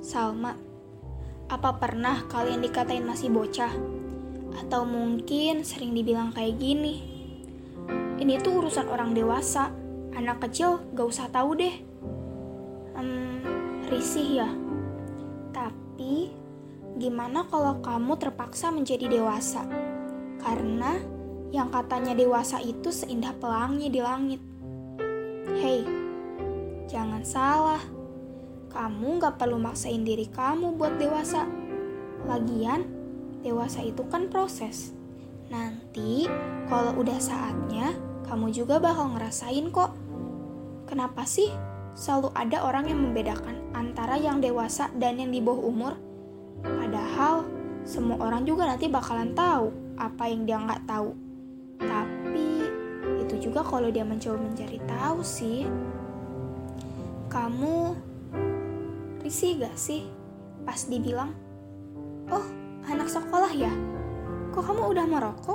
Salma, apa pernah kalian dikatain masih bocah? Atau mungkin sering dibilang kayak gini, ini tuh urusan orang dewasa, anak kecil gak usah tahu deh. Risih ya? Tapi gimana kalau kamu terpaksa menjadi dewasa? Karena yang katanya dewasa itu seindah pelangi di langit. Hei, jangan salah. Kamu gak perlu maksain diri kamu buat dewasa. Lagian, dewasa itu kan proses. Nanti, kalau udah saatnya, kamu juga bakal ngerasain kok. Kenapa sih selalu ada orang yang membedakan antara yang dewasa dan yang di bawah umur? Padahal, semua orang juga nanti bakalan tahu apa yang dia nggak tahu. Tapi, itu juga kalau dia mencoba mencari tahu sih. Kamu risih gak sih pas dibilang, "Oh, anak sekolah ya? Kok kamu udah merokok?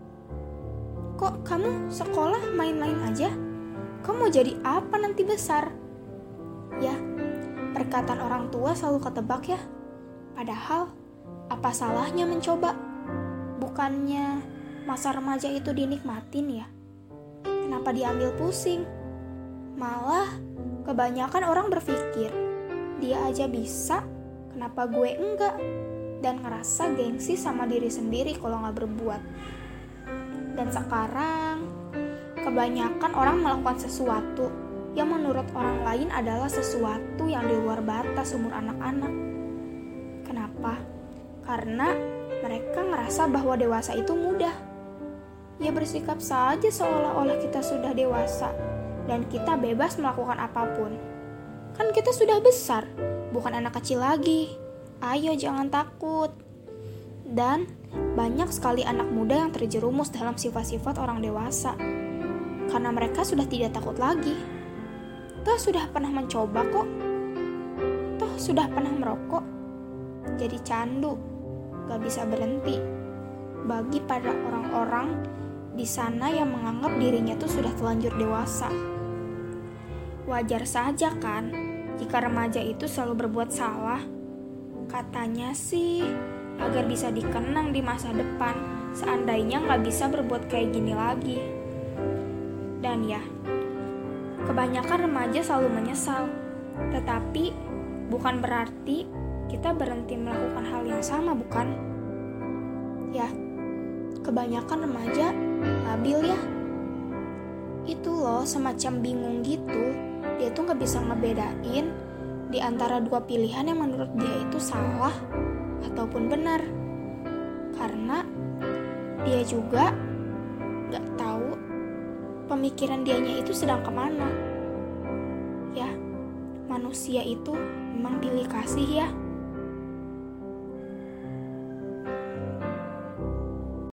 Kok kamu sekolah main-main aja? Kamu mau jadi apa nanti besar?" Ya, perkataan orang tua selalu ketebak ya. Padahal, apa salahnya mencoba? Bukannya masa remaja itu dinikmatin ya? Kenapa diambil pusing? Malah, kebanyakan orang berpikir, dia aja bisa, kenapa gue enggak? Dan ngerasa gengsi sama diri sendiri kalau gak berbuat. Dan sekarang, kebanyakan orang melakukan sesuatu yang menurut orang lain adalah sesuatu yang di luar batas umur anak-anak. Kenapa? Karena mereka ngerasa bahwa dewasa itu mudah. Ya bersikap saja seolah-olah kita sudah dewasa dan kita bebas melakukan apapun. Kan kita sudah besar, bukan anak kecil lagi. Ayo jangan takut. Dan banyak sekali anak muda yang terjerumus dalam sifat-sifat orang dewasa. Karena mereka sudah tidak takut lagi. Toh sudah pernah mencoba kok. Toh sudah pernah merokok. Jadi candu, gak bisa berhenti. Bagi pada orang-orang di sana yang menganggap dirinya tuh sudah telanjur dewasa. Wajar saja kan jika remaja itu selalu berbuat salah. Katanya sih agar bisa dikenang di masa depan seandainya gak bisa berbuat kayak gini lagi. Dan ya, kebanyakan remaja selalu menyesal. Tetapi bukan berarti kita berhenti melakukan hal yang sama, bukan? Ya, kebanyakan remaja labil ya. Itu loh semacam bingung gitu. Dia tuh gak bisa ngebedain di antara dua pilihan yang menurut dia itu salah ataupun benar. Karena dia juga gak tahu pemikiran dianya itu sedang kemana. Ya, manusia itu memang pilih kasih ya.